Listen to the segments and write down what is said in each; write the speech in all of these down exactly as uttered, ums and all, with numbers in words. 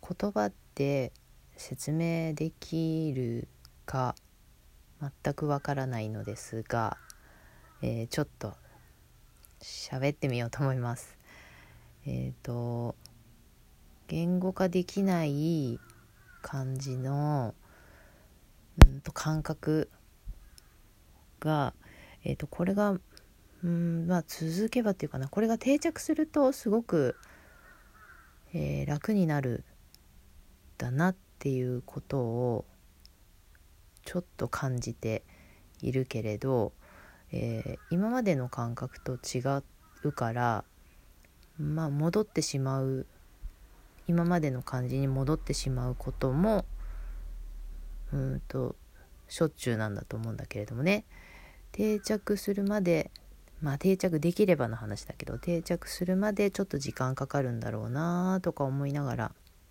言葉って説明できるか全くわからないのですが、えー、ちょっと喋ってみようと思います。えっと言語化できない感じのうんと感覚が、えーとこれがうんまあ続けばっていうかな、これが定着するとすごく、えー、楽になるだなっていうことをちょっと感じているけれど、えー、今までの感覚と違うからまあ戻ってしまう今までの感じに戻ってしまうこともうんとしょっちゅうなんだと思うんだけれどもね。定着するまでまあ定着できればの話だけど、定着するまでちょっと時間かかるんだろうなとか思いながら、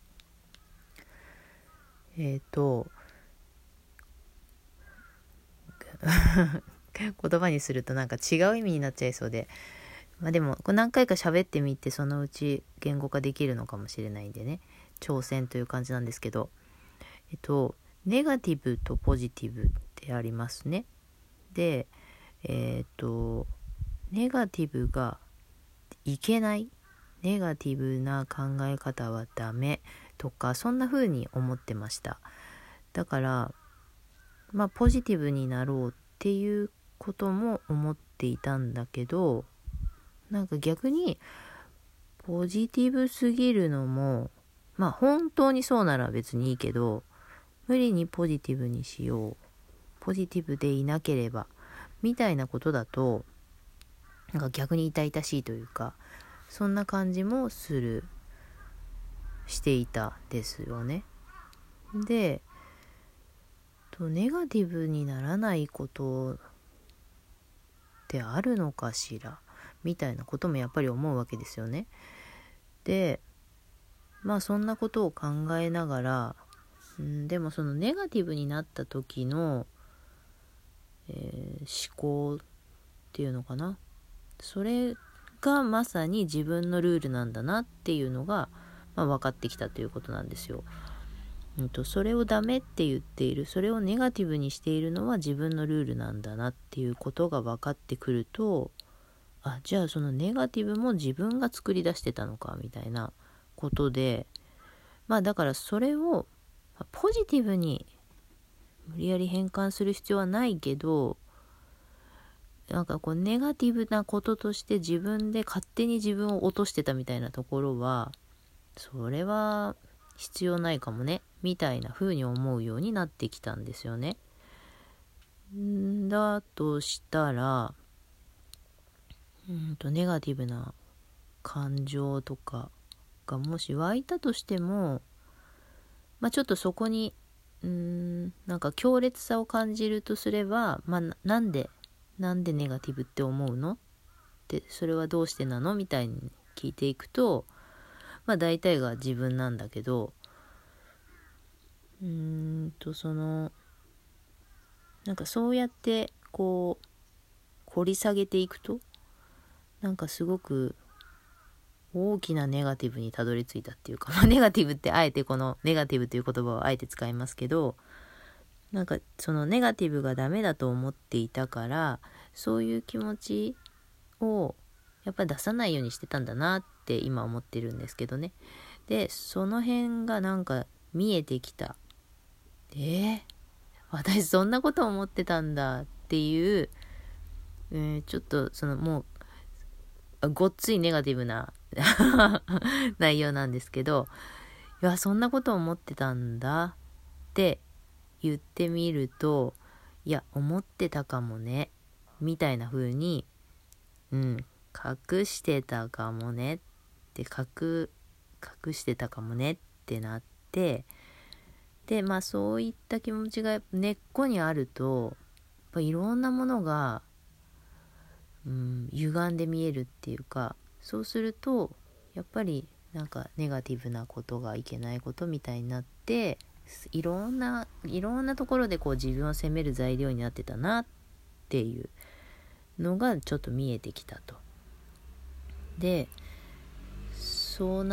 えっと言葉にするとなんか違う意味になっちゃいそうで、まあでもこう何回か喋ってみてそのうち言語化できるのかもしれないんでね、挑戦という感じなんですけど、えっとネガティブとポジティブってありますね。でえっとネガティブがいけない、ネガティブな考え方はダメとか、そんな風に思ってました。だからまあポジティブになろうっていうことも思っていたんだけど、なんか逆にポジティブすぎるのもまあ本当にそうなら別にいいけど、無理にポジティブにしよう、ポジティブでいなければみたいなことだとなんか逆に痛々しいというか、そんな感じもするしていたですよね。でとネガティブにならないことってあるのかしらみたいなこともやっぱり思うわけですよね。でまあそんなことを考えながら、んでもそのネガティブになった時の、えー思考っていうのかな、それがまさに自分のルールなんだなっていうのが、まあ、分かってきたということなんですよ。うんと、それをダメって言っている、それをネガティブにしているのは自分のルールなんだなっていうことが分かってくると、あ、じゃあそのネガティブも自分が作り出してたのかみたいなことで、まあだからそれをポジティブに無理やり変換する必要はないけど、なんかこうネガティブなこととして自分で勝手に自分を落としてたみたいなところは、それは必要ないかもねみたいな風に思うようになってきたんですよね。んだとしたらうんとネガティブな感情とかがもし湧いたとしても、まあちょっとそこにうーんなんか強烈さを感じるとすれば、まあなんでなんでネガティブって思うのって、それはどうしてなのみたいに聞いていくと、まあ大体が自分なんだけど、うーんとそのなんかそうやってこう掘り下げていくと、なんかすごく大きなネガティブにたどり着いたっていうか、まあネガティブってあえてこのネガティブという言葉をあえて使いますけど、なんかそのネガティブがダメだと思っていたから、そういう気持ちをやっぱり出さないようにしてたんだなって今思ってるんですけどね。でその辺がなんか見えてきた。えー、私そんなこと思ってたんだっていう、えー、ちょっとそのもうごっついネガティブな内容なんですけど、いやそんなこと思ってたんだって言ってみると、いや思ってたかもねみたいな風に、うん隠してたかもねって隠隠してたかもねってなって、でまあそういった気持ちが根っこにあると、やっぱいろんなものが、うん、歪んで見えるっていうか、そうするとやっぱりなんかネガティブなことがいけないことみたいになって、いろんないろんなところでこう自分を責める材料になってたなっていうのがちょっと見えてきたと。でそうなっ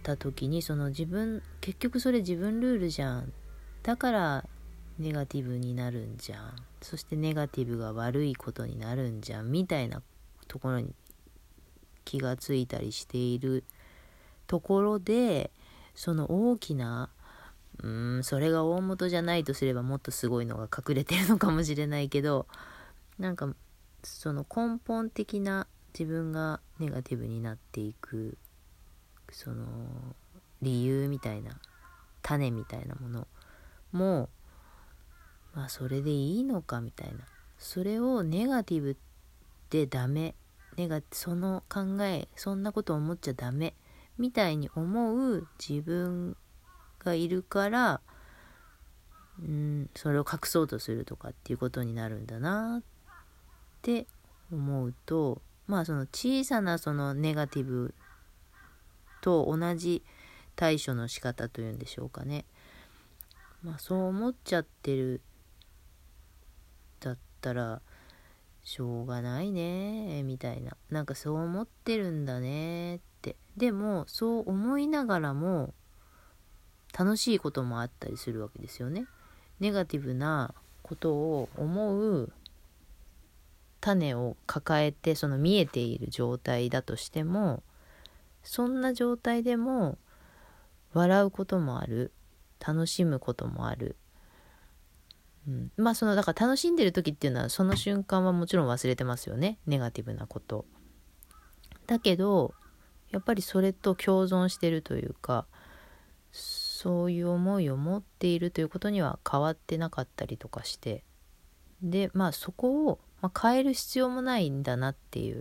た時に、その自分結局それ自分ルールじゃん、だからネガティブになるんじゃん、そしてネガティブが悪いことになるんじゃんみたいなところに気がついたりしているところで、その大きなうーんそれが大元じゃないとすればもっとすごいのが隠れてるのかもしれないけど、なんかその根本的な自分がネガティブになっていくその理由みたいな、種みたいなものもまあそれでいいのかみたいな、それをネガティブでダメ、ネガその考えそんなこと思っちゃダメみたいに思う自分がいるから、うん、それを隠そうとするとかっていうことになるんだなって思うと、まあその小さなそのネガティブと同じ対処の仕方というんでしょうかね。まあそう思っちゃってるだったらしょうがないねみたいな、なんかそう思ってるんだねって。でもそう思いながらも楽しいこともあったりするわけですよね。ネガティブなことを思う種を抱えて、その見えている状態だとしても、そんな状態でも笑うこともある、楽しむこともある、うん、まあそのだから楽しんでる時っていうのはその瞬間はもちろん忘れてますよね、ネガティブなことだけど、やっぱりそれと共存してるというか、そういう思いを持っているということには変わってなかったりとかして、でまあそこを、まあ、変える必要もないんだなっていう。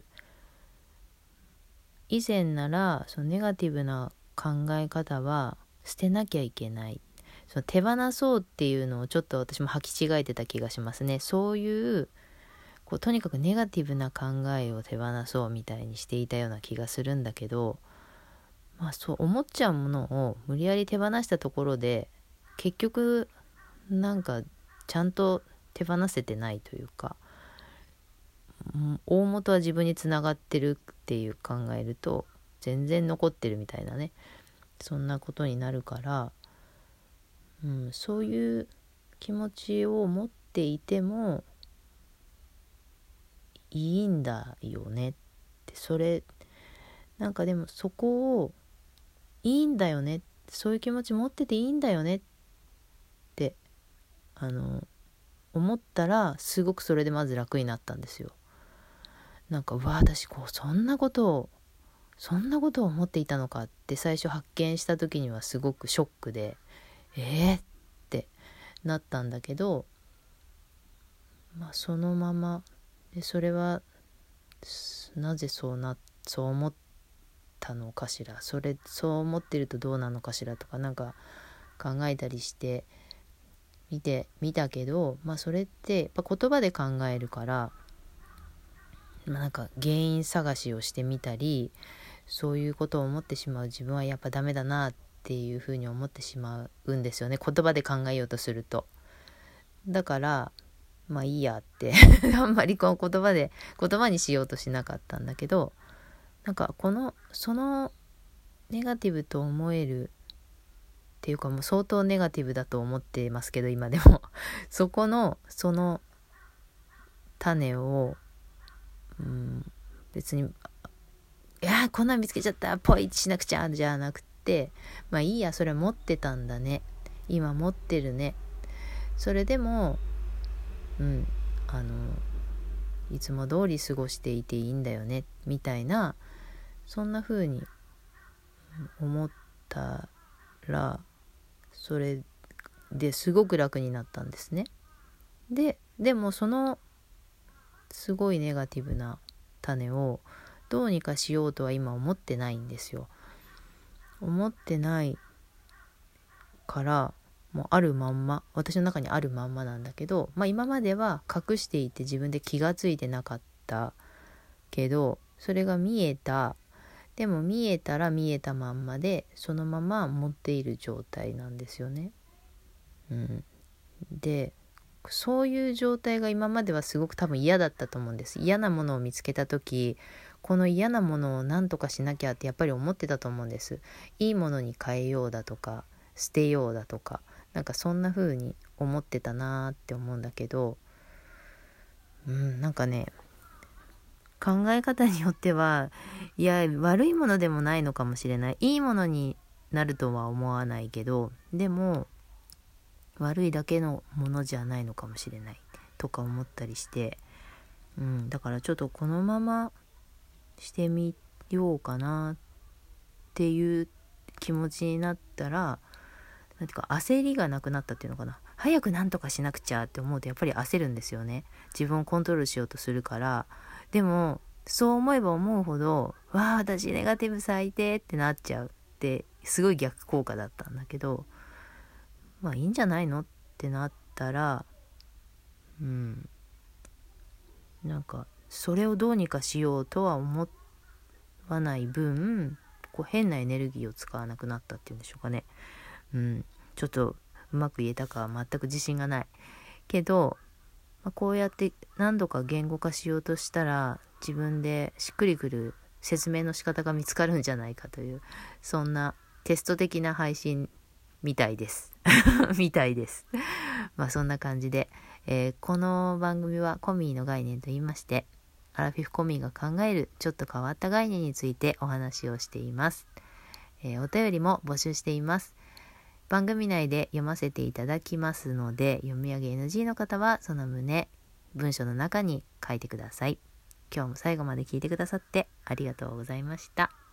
以前ならそのネガティブな考え方は捨てなきゃいけない、その手放そうっていうのをちょっと私も履き違えてた気がしますね。そういうこうとにかくネガティブな考えを手放そうみたいにしていたような気がするんだけど、まあそう思っちゃうものを無理やり手放したところで結局なんかちゃんと手放せてないというか、大元は自分につながってるっていう考えると全然残ってるみたいなね、そんなことになるから、うん、そういう気持ちを持っていてもいいんだよねって。それなんかでもそこをいいんだよね、そういう気持ち持ってていいんだよねってあの思ったら、すごくそれでまず楽になったんですよ。なんかうわ私こうそんなことをそんなことを思っていたのかって最初発見した時にはすごくショックで、えーってなったんだけど、まあそのままで、それはなぜそうなそう思ったのかしら、それそう思ってるとどうなのかしらとかなんか考えたりして見てみたけど、まあそれってやっぱ言葉で考えるから、まあ、なんか原因探しをしてみたり、そういうことを思ってしまう自分はやっぱダメだなっていうふうに思ってしまうんですよね、言葉で考えようとすると。だからまあいいやってあんまりこう言葉で言葉にしようとしなかったんだけど、なんかこのそのネガティブと思えるっていうか、もう相当ネガティブだと思ってますけど今でもそこのその種を、うん、別にいやこんなん見つけちゃったポイしなくちゃじゃなくて、まあいいやそれ持ってたんだね、今持ってるね、それでもうんあのいつも通り過ごしていていいんだよねみたいな、そんな風に思ったらそれですごく楽になったんですね。ででもそのすごいネガティブな種をどうにかしようとは今思ってないんですよ。思ってないからもうあるまんま、私の中にあるまんまなんだけど、まあ今までは隠していて自分で気がついてなかったけど、それが見えた。でも見えたら見えたまんまでそのまま持っている状態なんですよね。うん、でそういう状態が今まではすごく多分嫌だったと思うんです。嫌なものを見つけた時この嫌なものを何とかしなきゃってやっぱり思ってたと思うんです。いいものに変えようだとか捨てようだとか、なんかそんな風に思ってたなーって思うんだけど、うんなんかね、考え方によってはいや悪いものでもないのかもしれない、いいものになるとは思わないけど、でも悪いだけのものじゃないのかもしれないとか思ったりして、うん、だからちょっとこのまましてみようかなっていう気持ちになったら、なんていうか焦りがなくなったっていうのかな。早くなんとかしなくちゃって思うとやっぱり焦るんですよね。自分をコントロールしようとするから。でもそう思えば思うほど、わあ私ネガティブ最低ってなっちゃうってすごい逆効果だったんだけど、まあいいんじゃないのってなったら、うんなんかそれをどうにかしようとは思わない分、こう変なエネルギーを使わなくなったっていうんでしょうかね。うんちょっとうまく言えたかは全く自信がないけど、まあ、こうやって何度か言語化しようとしたら自分でしっくりくる説明の仕方が見つかるんじゃないかという、そんなテスト的な配信みたいですみたいですまあそんな感じで、えーこの番組はコミーの概念と言いまして、アラフィフコミーが考えるちょっと変わった概念についてお話をしています。えーお便りも募集しています。番組内で読ませていただきますので、読み上げ エヌジー の方はその旨文章の中に書いてください。今日も最後まで聞いてくださってありがとうございました。